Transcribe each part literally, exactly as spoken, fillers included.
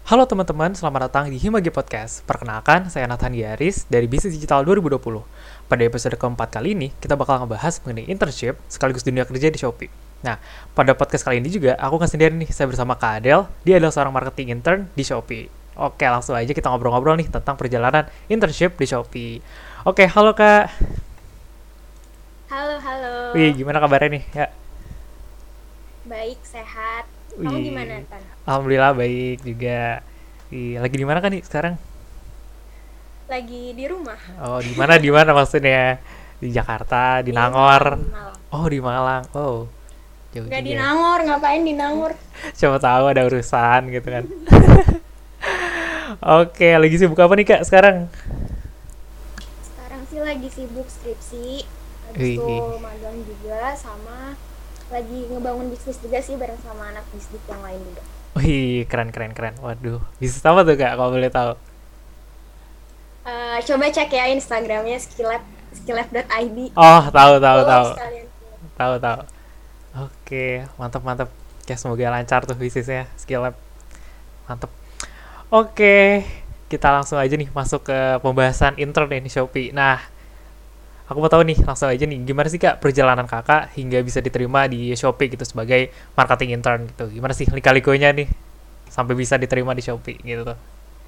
Halo teman-teman, selamat datang di Himagi Podcast. Perkenalkan, saya Nathan Giaris dari Bisnis Digital dua ribu dua puluh. Pada episode keempat kali ini, kita bakal ngebahas mengenai internship sekaligus dunia kerja di Shopee. Nah, pada podcast kali ini juga, aku nggak sendiri nih, saya bersama Kak Adel. Dia adalah seorang marketing intern di Shopee. Oke, langsung aja kita ngobrol-ngobrol nih tentang perjalanan internship di Shopee. Oke, halo Kak. Halo, halo. Wih, gimana kabarnya nih? Ya. Baik, sehat. Kamu gimana, Wih, Tan? alhamdulillah baik juga. Wih, lagi di mana kan nih sekarang? Lagi di rumah? Oh, di mana di mana maksudnya? Di Jakarta, di Di Malang, Nangor. di Malang. Oh, di Malang. Oh, jauh Nggak di juga ya. Nangor, ngapain di Nangor? Siapa tahu ada urusan gitu kan. Oke, lagi sibuk apa nih Kak sekarang? Sekarang sih lagi sibuk skripsi. Habis itu Wih, magang juga, sama lagi ngebangun bisnis juga sih bareng sama anak bisnis yang lain juga. wih, keren keren keren. Waduh, bisnis apa tuh Kak kalau boleh tahu? Eh, coba cek ya Instagramnya skillab, skillab dot i d. Oh, tahu tahu Follow tahu. sekalian. Tahu tahu. Oke, mantap mantap. Ya semoga lancar tuh bisnisnya, skill lab. Mantap. Oke, kita langsung aja nih masuk ke pembahasan intern nih di Shopee. Nah, aku mau tahu nih langsung aja nih gimana sih Kak perjalanan Kakak hingga bisa diterima di Shopee gitu sebagai marketing intern gitu. Gimana sih lika-likunya nih sampai bisa diterima di Shopee gitu tuh.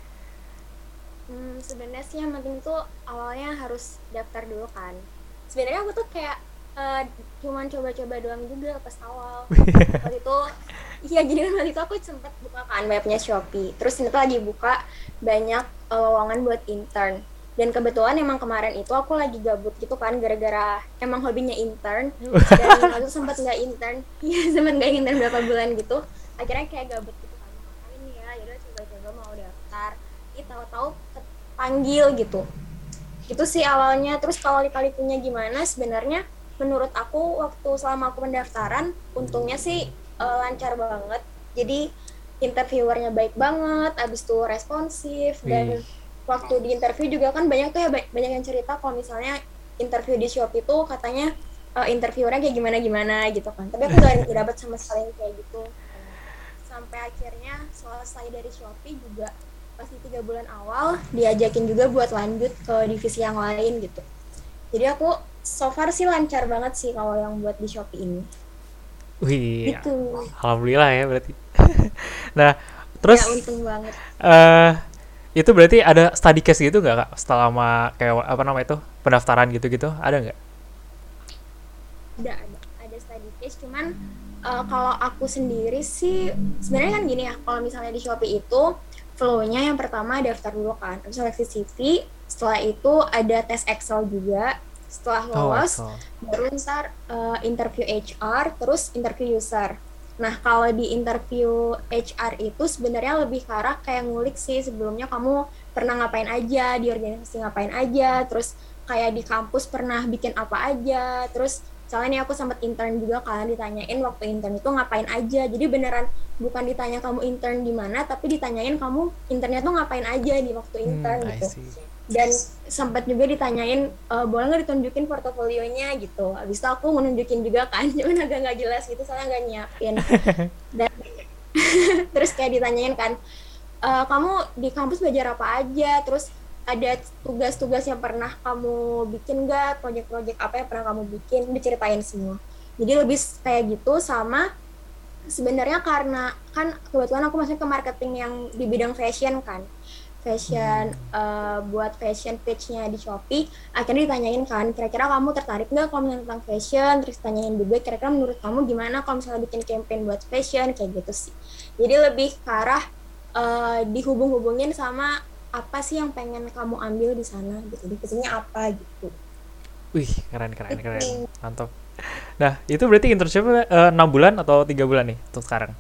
Hmm, sebenarnya sih yang penting tuh awalnya harus daftar dulu kan. Sebenarnya aku tuh kayak eh, cuman coba-coba doang juga pas awal. Waktu itu, iya jadi kan waktu itu aku sempat buka kan webnya Shopee. Terus ini tuh lagi buka banyak eh, lowongan buat intern. Dan kebetulan emang kemarin itu aku lagi gabut gitu kan gara-gara emang hobinya intern. Dan waktu itu sempat nggak intern, iya sempat nggak intern berapa bulan gitu. Akhirnya kayak gabut gitu kan, ngapain ya? Yaudah coba-coba mau daftar. Ih tahu-tahu kepanggil gitu. Itu sih awalnya. Terus kalau lika-likunya gimana sebenarnya menurut aku waktu selama aku pendaftaran untungnya sih eh, lancar banget. Jadi interviewernya baik banget, abis itu responsif. Wih, Dan waktu di interview juga kan banyak tuh ya ba- banyak yang cerita kalau misalnya interview di Shopee itu katanya eh, interviewernya kayak gimana gimana gitu kan, tapi aku gak, gak dapet sama sekali yang kayak gitu. Sampai akhirnya selesai dari Shopee juga pasti tiga bulan awal diajakin juga buat lanjut ke divisi yang lain gitu. Jadi aku so far sih lancar banget sih kalau yang buat di Shopee ini wih, gitu. alhamdulillah ya berarti. Nah, Ya terus untung banget. eh itu berarti ada study case gitu nggak Kak? Selama kayak apa namanya itu pendaftaran gitu-gitu ada nggak? Ada ada ada study case, cuman eh, kalau aku sendiri sih sebenarnya kan gini ya, kalau misalnya di Shopee itu flow-nya yang pertama daftar dulu kan, terus seleksi C V, setelah itu ada tes Excel juga, setelah Oh, lolos Excel. baru ntar eh, interview H R, terus interview user. Nah, kalau di interview H R itu sebenarnya lebih ke arah kayak ngulik sih sebelumnya kamu pernah ngapain aja, di organisasi ngapain aja, terus kayak di kampus pernah bikin apa aja, terus soalnya nih aku sempat intern juga kan, ditanyain waktu intern itu ngapain aja. Jadi beneran bukan ditanya kamu intern di mana, tapi ditanyain kamu internnya tuh ngapain aja di waktu Hmm, intern I gitu. see. Dan sempat juga ditanyain e, boleh nggak ditunjukin portofolionya gitu. Habis itu aku nunjukin juga kan, cuman agak nggak jelas gitu soalnya nggak nyiapin. Dan terus kayak ditanyain kan, e, kamu di kampus belajar apa aja, terus ada tugas-tugas yang pernah kamu bikin nggak, proyek-proyek apa yang pernah kamu bikin, diceritain semua. Jadi lebih kayak gitu. Sama sebenarnya karena kan kebetulan aku masuk ke marketing yang di bidang fashion kan, fashion uh, buat fashion page-nya di Shopee. Akhirnya ditanyain kan, kira-kira kamu tertarik nggak kalau misalnya tentang fashion, terus tanyain juga kira-kira menurut kamu gimana kalau misalnya bikin campaign buat fashion kayak gitu sih. Jadi lebih ke arah uh, dihubung-hubungin sama apa sih yang pengen kamu ambil di sana gitu, divisinya apa gitu. Wih, keren keren keren. Itu Mantap. Nah, itu berarti internship eh, enam bulan atau tiga bulan nih untuk sekarang?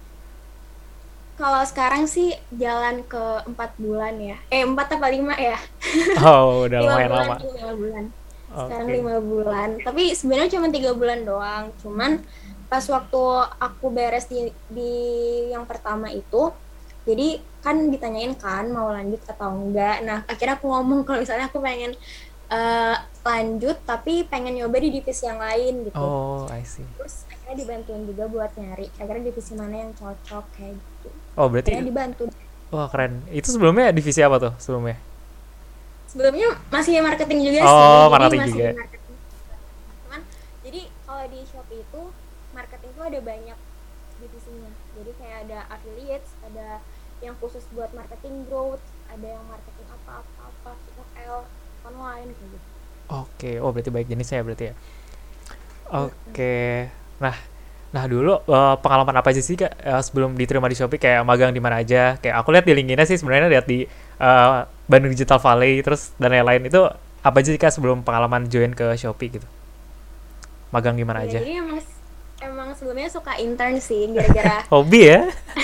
kalau sekarang sih jalan ke empat bulan ya, eh empat apa lima ya. Oh, udah lima lumayan bulan lama. lima bulan sekarang Oke. lima bulan, tapi sebenarnya cuma tiga bulan doang. Cuman pas waktu aku beres di di yang pertama itu, jadi kan ditanyain kan mau lanjut atau enggak. Nah akhirnya aku ngomong kalau misalnya aku pengen eh, lanjut tapi pengen nyoba di divisi yang lain gitu. Oh, I see. Terus akhirnya dibantuin juga buat nyari kira-kira divisi mana yang cocok kayak gitu. Oh, Akhirnya berarti dibantu. Wah keren. Itu sebelumnya divisi apa tuh sebelumnya? Sebelumnya masih marketing juga sih, Oh, jadi marketing masih juga. di marketing. Cuman jadi kalau di Shopee itu marketing tuh ada banyak divisinya. Jadi kayak ada affiliates, ada yang khusus buat marketing growth, ada yang marketing apa-apa-apa, K O L, online kayak gitu. Oke, oh berarti baik jenisnya ya berarti ya. Mm-mm. Oke. Nah, nah dulu eh, pengalaman apa aja sih Kak eh, sebelum diterima di Shopee kayak magang di mana aja? Kayak aku lihat di LinkedIn sih sebenarnya lihat di eh, Bandung Digital Valley terus dan lain-lain itu apa aja sih Kak sebelum pengalaman join ke Shopee gitu? Magang di mana Iya, aja? jadi emang emang sebelumnya suka intern sih, gara-gara Hobi ya?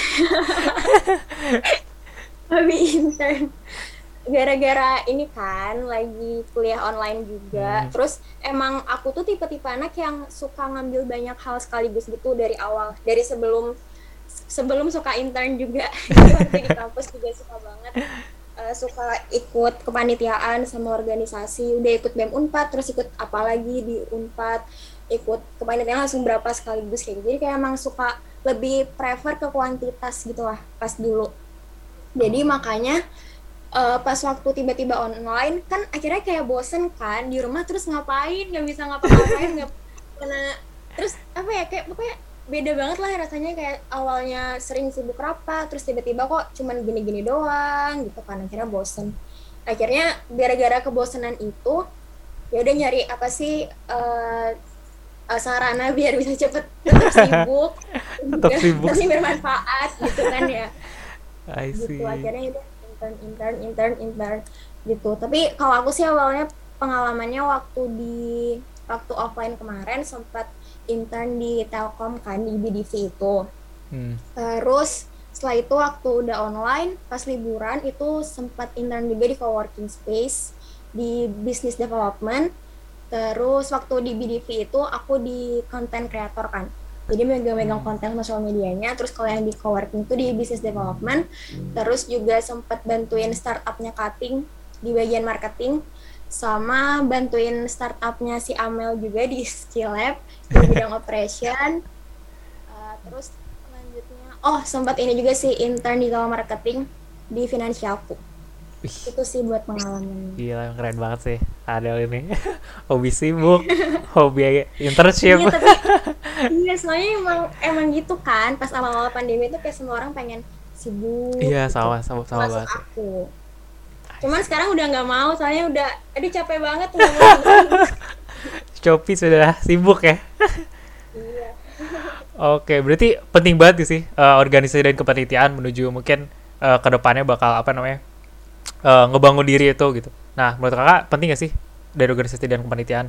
hobi intern. Gara-gara ini kan lagi kuliah online juga. Hmm, Terus emang aku tuh tipe-tipe anak yang suka ngambil banyak hal sekaligus gitu dari awal, dari sebelum sebelum suka intern juga. Jadi waktu di kampus juga suka banget, eh, suka ikut kepanitiaan sama organisasi. Udah ikut BEM Unpad, terus ikut apa lagi di Unpad, ikut kepanitiaan langsung berapa sekaligus kayak gitu. Jadi kayak emang suka lebih prefer ke kuantitas gitu lah pas dulu. Jadi makanya eh, pas waktu tiba-tiba online kan akhirnya kayak bosen kan di rumah, terus ngapain nggak bisa ngapa-ngapain, nggak pernah, terus apa ya, kayak pokoknya beda banget lah rasanya. Kayak awalnya sering sibuk rapat, terus tiba-tiba kok cuman gini-gini doang gitu kan, akhirnya bosen. Akhirnya gara-gara kebosanan itu ya udah nyari apa sih, eh, eh, sarana biar bisa cepet tetap sibuk tetap juga sibuk. tapi bermanfaat gitu kan ya, I gitu. see. Akhirnya udah intern intern intern intern gitu. Tapi kalau aku sih awalnya pengalamannya waktu di waktu offline kemarin sempat intern di Telkom kan, di B D V itu. Hmm. Terus setelah itu waktu udah online pas liburan itu sempat intern juga di coworking space di business development. Terus waktu di B D V itu aku di content creator kan, jadi megang-megang konten sosial medianya. Terus kalau yang di coworking itu di business development. Terus juga sempat bantuin startupnya Cutting di bagian marketing, sama bantuin startupnya si Amel juga di Skill Lab di bidang operation. Uh, terus selanjutnya, oh sempat ini juga sih intern di telemarketing di Finansialku. Wih, Itu sih buat pengalaman. gila keren banget sih Adel ini. Hobi sibuk, hobi internship. Iya tapi iya, soalnya emang emang gitu kan, pas awal-awal pandemi itu kayak semua orang pengen sibuk Iya, gitu, sama sama sama termasuk banget sih. aku. Cuman sekarang udah nggak mau, soalnya udah aduh capek banget nggak mau sibuk. Shopee sudah sibuk ya. Iya. Oke, berarti penting banget sih eh, organisasi dan kepanitiaan menuju mungkin eh, ke depannya bakal apa namanya eh, ngebangun diri itu gitu. Nah, menurut kakak penting gak sih dari organisasi dan kepanitiaan?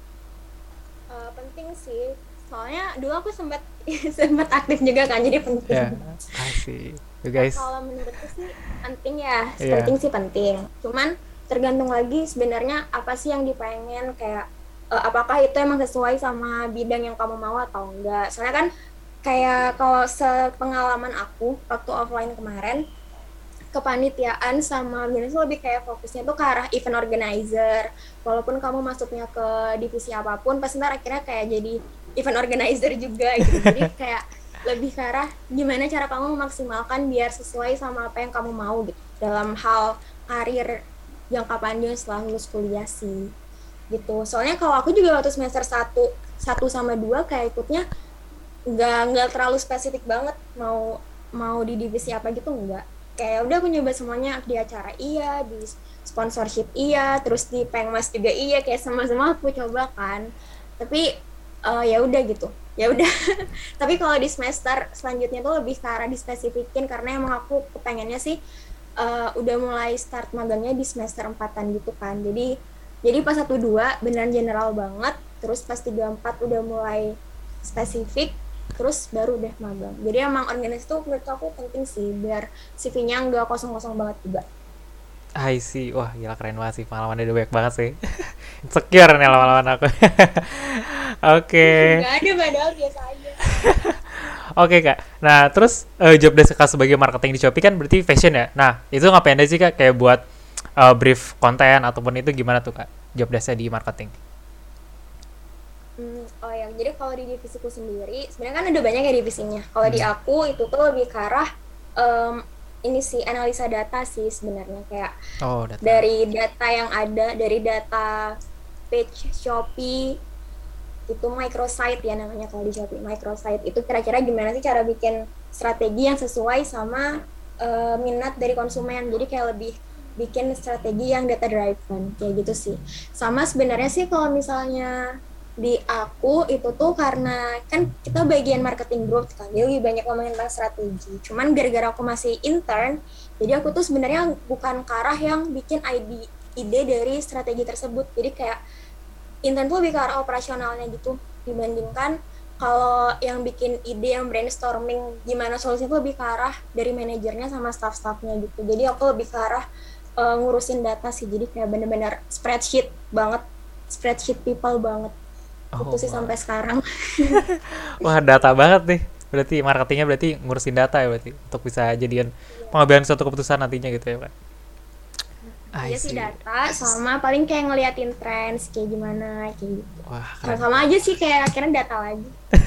Eh, penting sih, soalnya dulu aku sempat sempat aktif juga kan, jadi penting. Ya, kasih, you Nah, guys. kalau menurutku sih penting ya, Iya, penting sih penting. Cuman tergantung lagi sebenarnya apa sih yang dipengen, kayak eh, apakah itu emang sesuai sama bidang yang kamu mau atau enggak. Soalnya kan kayak kalau sepengalaman aku waktu offline kemarin, kepanitiaan sama organisasi lebih kayak fokusnya tuh ke arah event organizer. Walaupun kamu masuknya ke divisi apapun, pasti ntar akhirnya kayak jadi event organizer juga gitu. Jadi kayak lebih ke arah gimana cara kamu memaksimalkan biar sesuai sama apa yang kamu mau gitu dalam hal karir jangka panjang setelah lulus kuliah sih gitu. Soalnya kalau aku juga waktu semester satu satu sama dua kayak ikutnya nggak nggak terlalu spesifik banget mau mau di divisi apa gitu, enggak. Kayak udah aku nyoba semuanya, di acara iya, di sponsorship iya, terus di pengmas juga iya, kayak sama-sama aku coba kan. Tapi eh, ya udah gitu, ya udah. Tapi kalau di semester selanjutnya tuh lebih ke arah dispesifikin, karena emang aku kepengennya sih eh, udah mulai start magangnya di semester empatan gitu kan. Jadi jadi pas satu dua beneran general banget, terus pas tiga empat udah mulai spesifik, terus baru deh magang. Jadi emang organisasi itu menurut aku penting sih biar C V-nya nggak kosong-kosong banget juga. I see. Wah, gila keren banget sih. Pengalamannya udah banyak banget sih. Insecure nih pengalaman aku. Oke. Nggak ada, padahal biasa aja. Oke, Kak. Nah, terus eh, job desk Kakak sebagai marketing di Shopee kan berarti fashion ya. Nah, itu ngapain aja sih, Kak? Kayak buat eh, brief konten ataupun itu gimana tuh, Kak? Job desk-nya di marketing. Hmm, oh ya, jadi kalau di divisiku sendiri, sebenarnya kan ada banyak ya divisinya. Kalau di Hmm. aku itu tuh lebih ke arah em, ini sih analisa data sih sebenarnya, kayak Oh, data. dari data yang ada, dari data page Shopee itu microsite ya namanya kalau di Shopee, microsite itu kira-kira gimana sih cara bikin strategi yang sesuai sama uh, minat dari konsumen. Jadi kayak lebih bikin strategi yang data driven kayak gitu sih. Sama sebenarnya sih kalau misalnya di aku itu tuh karena kan kita bagian marketing growth kan, jadi lebih banyak ngomongin tentang strategi. Cuman gara-gara aku masih intern, jadi aku tuh sebenarnya bukan ke arah yang bikin ide ide dari strategi tersebut. Jadi kayak intern tuh lebih ke arah operasionalnya gitu, dibandingkan kalau yang bikin ide, yang brainstorming gimana solusinya tuh lebih ke arah dari manajernya sama staff-staffnya gitu. Jadi aku lebih ke arah uh, ngurusin data sih, jadi kayak bener-bener spreadsheet banget, spreadsheet people banget. Itu Oh, sih wah. sampai sekarang. Wah, data banget nih. Berarti marketingnya berarti ngurusin data ya berarti untuk bisa jadian Iya. pengambilan suatu keputusan nantinya gitu ya, Pak. I Iya sih see. data, sama paling kayak ngeliatin trends kayak gimana, kayak gitu. Wah, keren. Sama-sama aja sih kayak akhirnya data lagi.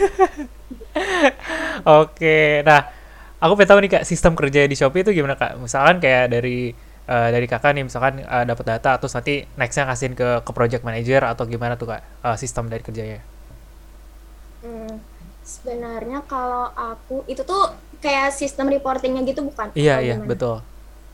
Oke, nah aku pengen tahu nih Kak, sistem kerja di Shopee itu gimana Kak? Misalkan kayak dari eh, dari Kakak nih, misalkan eh, dapat data terus nanti nextnya kasihin ke ke project manager atau gimana tuh Kak, eh, sistem dari kerjanya? Hmm, sebenarnya kalau aku itu tuh kayak sistem reportingnya gitu bukan? Iya, Atau iya, gimana? betul.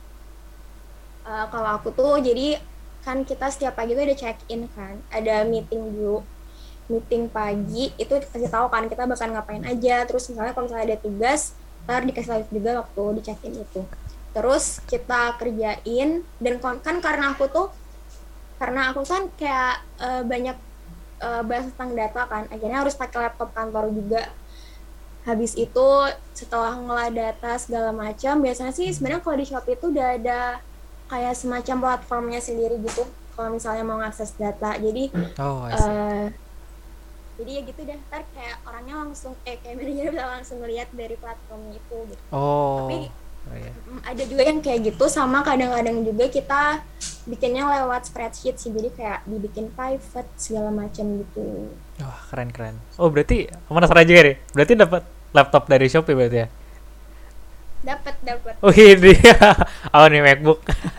Eh, kalau aku tuh jadi kan kita setiap pagi tuh ada check in kan, ada meeting dulu. Meeting pagi itu kasih tahu kan kita bakal ngapain aja. Terus misalnya kalau misalnya ada tugas, ntar dikasih tahu juga waktu di check in itu. Terus kita kerjain dan kan karena aku tuh karena aku kan kayak eh, banyak eh, bahas tentang data kan, akhirnya harus pakai laptop kantor juga. Habis itu setelah ngolah data segala macam, biasanya sih sebenarnya kalau di Shopee itu udah ada kayak semacam platformnya sendiri gitu. Kalau misalnya mau ngakses data, jadi Oh, I see. uh, jadi ya gitu deh. Ntar kayak orangnya langsung, eh kayak manajer bisa langsung ngeliat dari platform itu gitu. Oh, Tapi oh iya. mm, ada juga yang kayak gitu, sama kadang-kadang juga kita bikinnya lewat spreadsheet sih. Jadi kayak dibikin private segala macam gitu. Wah, keren keren. Oh, berarti aku penasaran juga nih. Berarti dapat laptop dari Shopee berarti ya? Dapat dapat. Oh, ini. Oh, nih MacBook.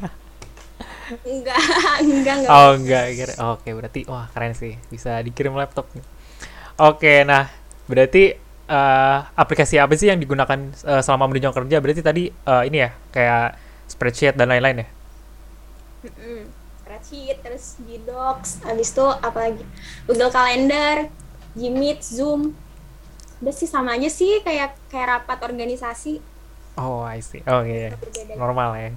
Enggak, enggak enggak. Oh, enggak. Kira. Oke, berarti wah keren sih. Bisa dikirim laptop nih. Oke, nah berarti eh, aplikasi apa sih yang digunakan eh, selama menunjang kerja? Berarti tadi eh, ini ya, kayak spreadsheet dan lain-lain ya? Mm-mm. Spreadsheet, terus G-Docs, habis itu apalagi Google Calendar, Gmeet, Zoom. Udah sih sama aja sih kayak kayak rapat organisasi, Oh, I see. Oke, nggak okay. terlalu berbeda gitu. Normal ya.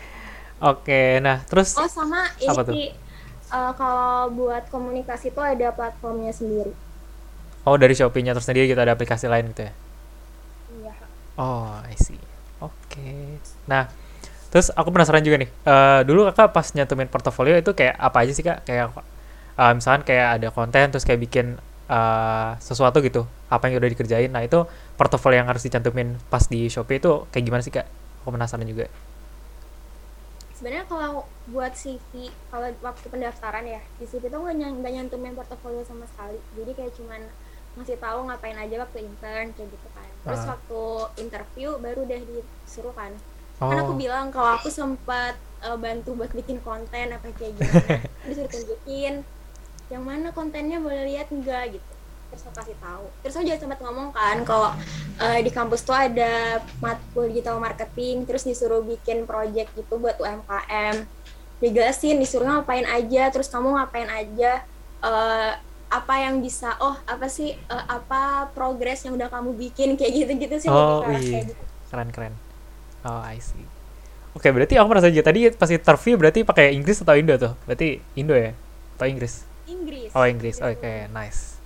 Oke, nah terus Oh sama ini apa tuh? sih eh, kalau buat komunikasi tuh ada platformnya sendiri. Oh, dari Shopee-nya terus sendiri gitu ada aplikasi lain gitu ya? Iya. Oh, I see. Oke. Nah, terus aku penasaran juga nih. Eh, dulu kakak pas nyantumin portofolio itu kayak apa aja sih kak? Kayak eh, misalkan kayak ada konten terus kayak bikin eh, sesuatu gitu. Apa yang udah dikerjain? Nah itu portofolio yang harus dicantumin pas di Shopee itu kayak gimana sih kak? Aku penasaran juga. Sebenarnya kalau buat C V, kalau waktu pendaftaran ya, di C V tuh nggak nyant- nggak nyantumin portofolio sama sekali. Jadi kayak cuman ngasih tahu ngapain aja waktu intern kayak gitu kan. Terus Ah. waktu interview baru udah disuruh kan. Kan aku Oh, bilang kalau aku sempat eh, bantu buat bikin konten apa kayak gimana. Disuruh tunjukin yang mana kontennya, boleh lihat enggak gitu. Terus aku kasih tahu. Terus aku juga sempat ngomong kan kalau eh, di kampus tuh ada matkul digital marketing, terus disuruh bikin project gitu buat U M K M. Dijelasin disuruh ngapain aja, terus kamu ngapain aja, eh, apa yang bisa, oh apa sih, eh, apa progres yang udah kamu bikin kayak gitu-gitu sih, lebih oh, ke arah wih, kayak gitu. keren keren. Oh, I see. Oke, berarti aku merasa aja tadi pas interview berarti pakai Inggris atau Indo tuh? Berarti Indo ya? Atau Inggris? Inggris. Oh, Inggris. Inggris Oke, dulu. nice.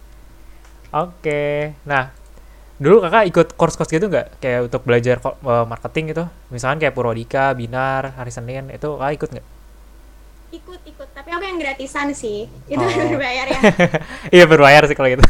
Oke. Nah, dulu kakak ikut course-course gitu nggak? Kayak untuk belajar ko- eh, marketing gitu? Misalkan kayak Purwodika, Binar, Hari Senin, itu kakak ikut nggak? Ikut-ikut, tapi aku yang gratisan sih. Itu Oh, berbayar ya. iya berbayar sih kalau gitu.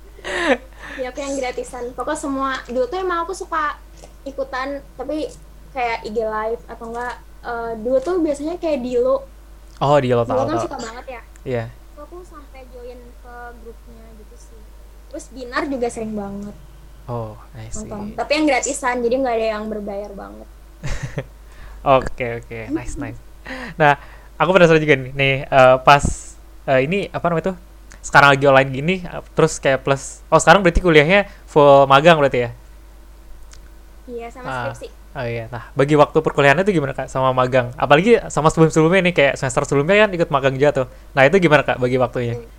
Ya aku yang gratisan. Pokoknya semua dulu tuh emang aku suka ikutan, tapi kayak I G live atau enggak, eh, dulu tuh biasanya kayak Dilo. Oh, dia lo Dilo tahu kan tahu. suka banget ya. Iya. Aku tuh sampai join ke grupnya gitu sih. Terus Binar juga sering banget Oh, I nonton. see. Tapi yang gratisan, jadi nggak ada yang berbayar banget. Oke oke, nice nice. Nah, aku penasaran juga nih, nih eh, pas eh, ini apa namanya tuh? Sekarang lagi online gini, eh, terus kayak plus, oh sekarang berarti kuliahnya full magang berarti ya? Iya, sama Ah, skripsi. oh iya. Nah, bagi waktu perkuliahannya itu gimana Kak sama magang? Apalagi sama sebelum-sebelumnya nih kayak semester sebelumnya kan ikut magang juga tuh. Nah, itu gimana Kak bagi waktunya? Hmm.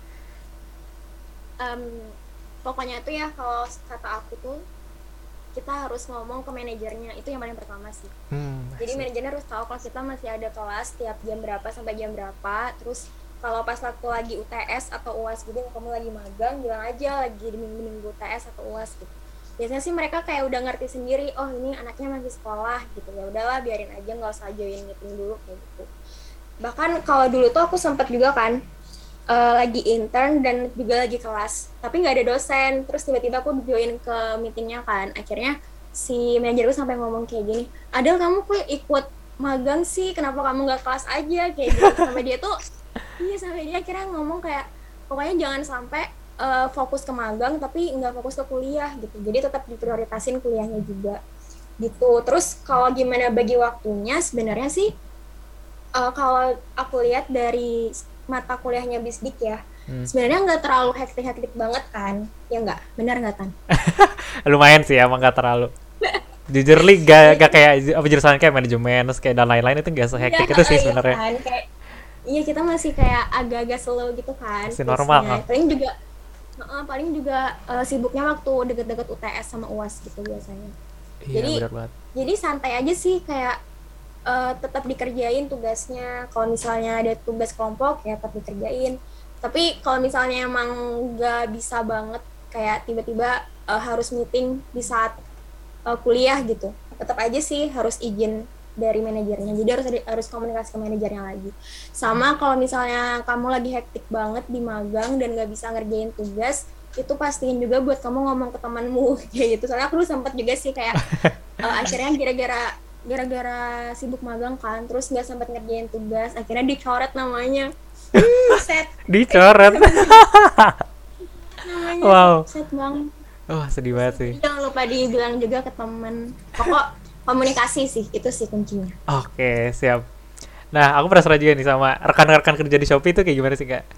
Em, Pokoknya tuh ya kalau kata aku tuh kita harus ngomong ke manajernya, itu yang paling pertama sih. Hmm, Jadi asik. manajernya harus tahu kalau kita masih ada kelas tiap jam berapa sampai jam berapa. Terus kalau pas waktu lagi U T S atau U A S gitu, kamu lagi magang, bilang aja lagi di minggu-minggu U T S atau U A S gitu. Biasanya sih mereka kayak udah ngerti sendiri, oh ini anaknya masih sekolah gitu, ya udahlah biarin aja, nggak usah join meeting dulu kayak gitu. Bahkan kalau dulu tuh aku sempet juga kan eh, lagi intern dan juga lagi kelas, tapi nggak ada dosen. Terus tiba-tiba aku join ke meetingnya kan, akhirnya si manajerku sampai ngomong kayak gini, Adel kamu kok ikut magang sih, kenapa kamu nggak kelas aja kayak gitu. Sampai dia tuh, iya sampai dia akhirnya ngomong kayak pokoknya jangan sampai eh, fokus ke magang tapi nggak fokus ke kuliah gitu, jadi tetap diprioritasin kuliahnya juga gitu. Terus kalau gimana bagi waktunya, sebenarnya sih eh, kalau aku lihat dari mata kuliahnya Bisdik ya, Hmm. sebenarnya nggak terlalu hektik-hektik banget kan, ya nggak, benar nggak Tan? Lumayan sih emang gak terlalu. Jujur li Iya gak, gak kan? kayak ju- apa jurusan kayak manajemen terus kayak dan lain-lain itu gak Iya, sehektik itu sih iya sebenarnya. kan, kayak iya kita masih kayak agak-agak slow gitu kan Masih normal pace-nya. kan? Paling juga heeh, paling juga eh, sibuknya waktu deket-deket U T S sama U A S gitu biasanya. Iya Jadi benar banget. jadi santai aja sih, kayak eh, tetap dikerjain tugasnya. Kalau misalnya ada tugas kelompok ya tetap dikerjain. Tapi kalau misalnya emang nggak bisa banget, kayak tiba-tiba eh, harus meeting di saat eh, kuliah gitu, tetap aja sih harus izin dari manajernya. Jadi harus ada- harus komunikasi ke manajernya lagi. Sama kalau misalnya kamu lagi hektik banget di magang dan nggak bisa ngerjain tugas, itu pastiin juga buat kamu ngomong ke temanmu kayak gitu. Soalnya aku dulu sempet juga sih kayak eh, akhirnya gara-gara gara-gara sibuk magang kan, terus nggak sempat ngerjain tugas, akhirnya dicoret namanya. Hmm, set. Dicoret. Namanya Wow. set banget. Wah, sedih banget sih. Jadi jangan lupa dibilang juga ke temen. Pokok komunikasi sih, itu sih kuncinya. Oke, siap. Nah, aku penasaran juga nih sama rekan-rekan kerja di Shopee itu kayak gimana sih, Kak?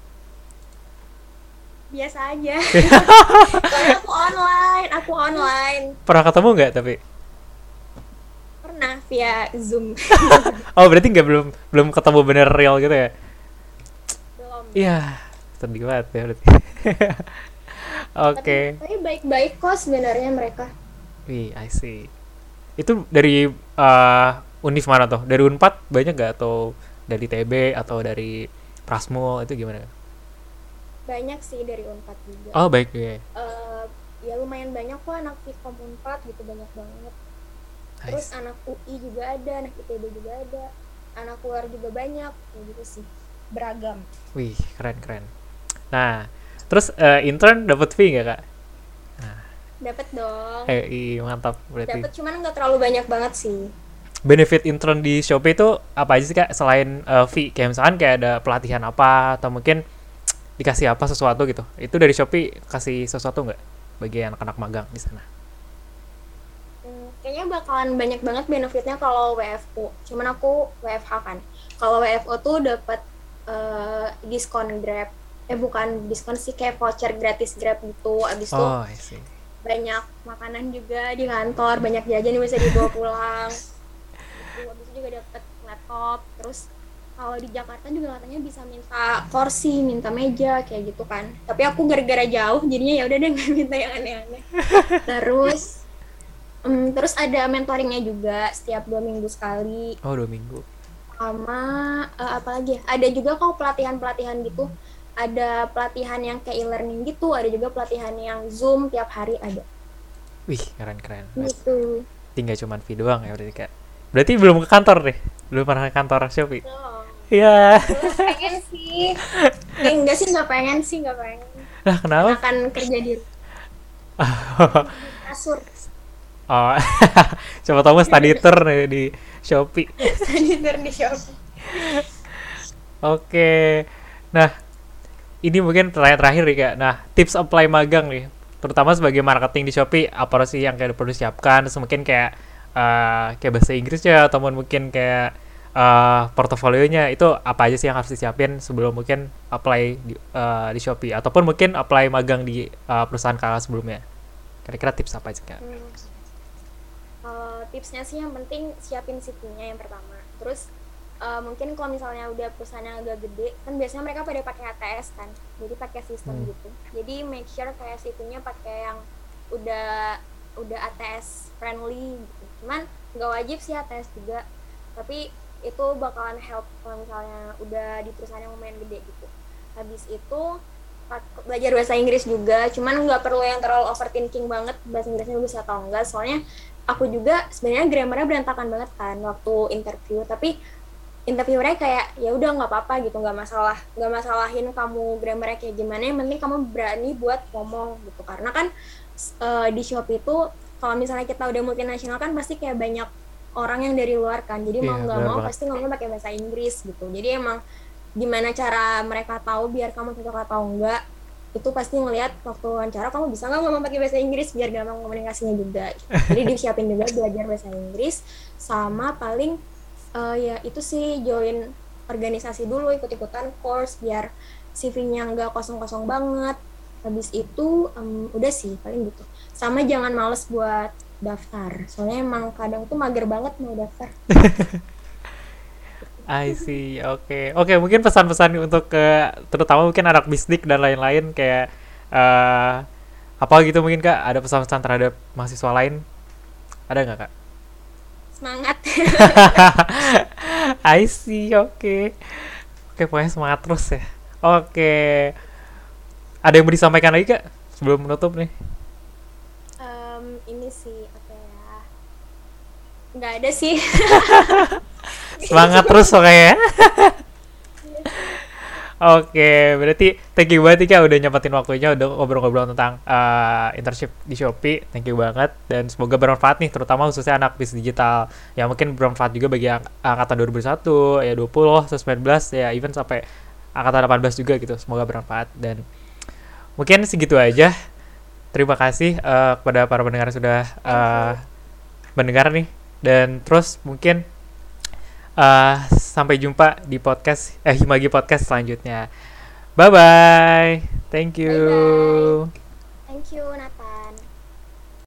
Biasa aja. Soalnya aku online, aku online. Pernah ketemu nggak tapi? Pernah via Zoom. Oh, berarti nggak belum belum ketemu bener real gitu ya? Belum. Iya, sedih banget ya berarti. Tapi, Oke. tapi baik-baik kok sebenarnya mereka. Wih, I see. Itu dari eh univ mana tuh? Dari Unpad banyak nggak atau dari T B atau dari Prasmul itu gimana? Banyak sih dari Unpad juga. Oh, baik ya. Eh, ya lumayan banyak kok anak Vkom Unpad gitu, banyak banget. Terus Nice. anak U I juga ada, anak I T B juga ada, anak luar juga banyak, kayak gitu sih, beragam. Wih, keren keren. Nah, terus eh, intern dapat fee nggak, Kak? Dapat dong, Eh, ih, mantap berarti. dapat, cuman nggak terlalu banyak banget sih. Benefit intern di Shopee itu apa aja sih, Kak, selain eh, fee? Kayak misalkan kayak ada pelatihan apa atau mungkin dikasih apa sesuatu gitu. Itu dari Shopee kasih sesuatu nggak bagi anak-anak magang di sana? Hmm, kayaknya bakalan banyak banget benefitnya kalau W F U. Cuman aku W F H kan. Kalau W F O tuh dapat eh, diskon Grab. Eh bukan diskon sih, kayak voucher gratis Grab gitu. Abis itu Oh, I see. banyak makanan juga di kantor, banyak jajan yang bisa dibawa pulang. Gitu. Abis itu juga dapat laptop. Terus kalau di Jakarta juga katanya bisa minta kursi, minta meja kayak gitu kan. Tapi aku gara-gara jauh jadinya ya udah deh nggak minta yang aneh-aneh. Terus Em, terus ada mentoringnya juga setiap dua minggu sekali. Oh, dua minggu. Sama eh, apa lagi ya? Ada juga kok pelatihan-pelatihan gitu. Ada pelatihan yang kayak e-learning gitu. Ada juga pelatihan yang Zoom tiap hari ada. Wih, keren keren. Gitu. Tinggal cuman fee doang ya berarti, Kak. Berarti belum ke kantor deh. Belum pernah ke kantor Shopee. Belum. Iya. Belum pengen sih. Eh, enggak sih, nggak pengen sih, nggak pengen. Lah, kenapa? Akan kerja di kasur. Oh, coba tahu study tour nih di Shopee. Saniter di Shopee. Oke. Nah, ini mungkin pertanyaan terakhir nih, Kak. Nah, tips apply magang nih, terutama sebagai marketing di Shopee, apa sih yang kayak perlu disiapkan? Terus mungkin kayak uh, kayak bahasa Inggrisnya ataupun mungkin kayak uh, portofolionya itu apa aja sih yang harus disiapin sebelum mungkin apply di, uh, di Shopee ataupun mungkin apply magang di uh, perusahaan kakak sebelumnya. Kira-kira tips apa aja kak? Hmm. Uh, tipsnya sih yang penting siapin C V-nya yang pertama. Terus uh, mungkin kalau misalnya udah perusahaannya agak gede, kan biasanya mereka pada pakai A T S kan, jadi pakai sistem Hmm. gitu. Jadi make sure kayak C V-nya pakai yang udah udah A T S friendly gitu. Cuman nggak wajib sih A T S juga, tapi itu bakalan help kalau misalnya udah di perusahaan yang lumayan gede gitu. Habis itu pak- belajar bahasa Inggris juga, cuman nggak perlu yang terlalu overthinking banget bahasa Inggrisnya bisa atau enggak, soalnya aku juga sebenarnya grammarnya berantakan banget kan waktu interview, tapi interviewernya kayak ya udah nggak apa-apa gitu, nggak masalah, nggak masalahin kamu grammarnya kayak gimana, yang penting kamu berani buat ngomong gitu. Karena kan eh, di Shopee itu kalau misalnya kita udah multinasional kan pasti kayak banyak orang yang dari luar kan, jadi mau Iya, nggak benar mau banget. pasti ngomong pakai bahasa Inggris gitu. Jadi emang gimana cara mereka tahu biar kamu cocok atau enggak, itu pasti ngelihat waktu wawancara kamu bisa nggak ngomong pakai bahasa Inggris biar gampang komunikasinya juga gitu. Jadi disiapin juga belajar bahasa Inggris, sama paling eh, ya itu sih join organisasi dulu, ikut-ikutan course biar C V-nya nggak kosong-kosong banget. Habis itu em, udah sih paling gitu. Sama jangan males buat daftar, soalnya emang kadang tuh mager banget mau daftar. I see, oke, oke mungkin pesan-pesan untuk ke terutama mungkin anak bisnik dan lain-lain kayak eh apa gitu mungkin kak ada pesan-pesan terhadap mahasiswa lain ada nggak kak? Semangat. I see, oke, oke pokoknya semangat terus ya. Oke, ada yang mau disampaikan lagi kak sebelum menutup nih? Em, ini sih apa ya? Nggak ada sih. Semangat terus pokoknya. Oke, berarti thank you banget nih Kak udah nyempetin waktunya udah ngobrol-ngobrol tentang uh, internship di Shopee. Thank you banget dan semoga bermanfaat nih terutama khususnya anak bisnis digital. Ya mungkin bermanfaat juga bagi ang- angkatan dua ribu satu, ya dua puluh, sembilan belas, ya even sampai angkatan delapan belas juga gitu. Semoga bermanfaat dan mungkin segitu aja. Terima kasih uh, kepada para pendengar yang sudah uh, mendengar nih dan terus mungkin uh, sampai jumpa di podcast eh Himagi Podcast selanjutnya. Bye bye. Thank you. Bye bye. Thank you Nata.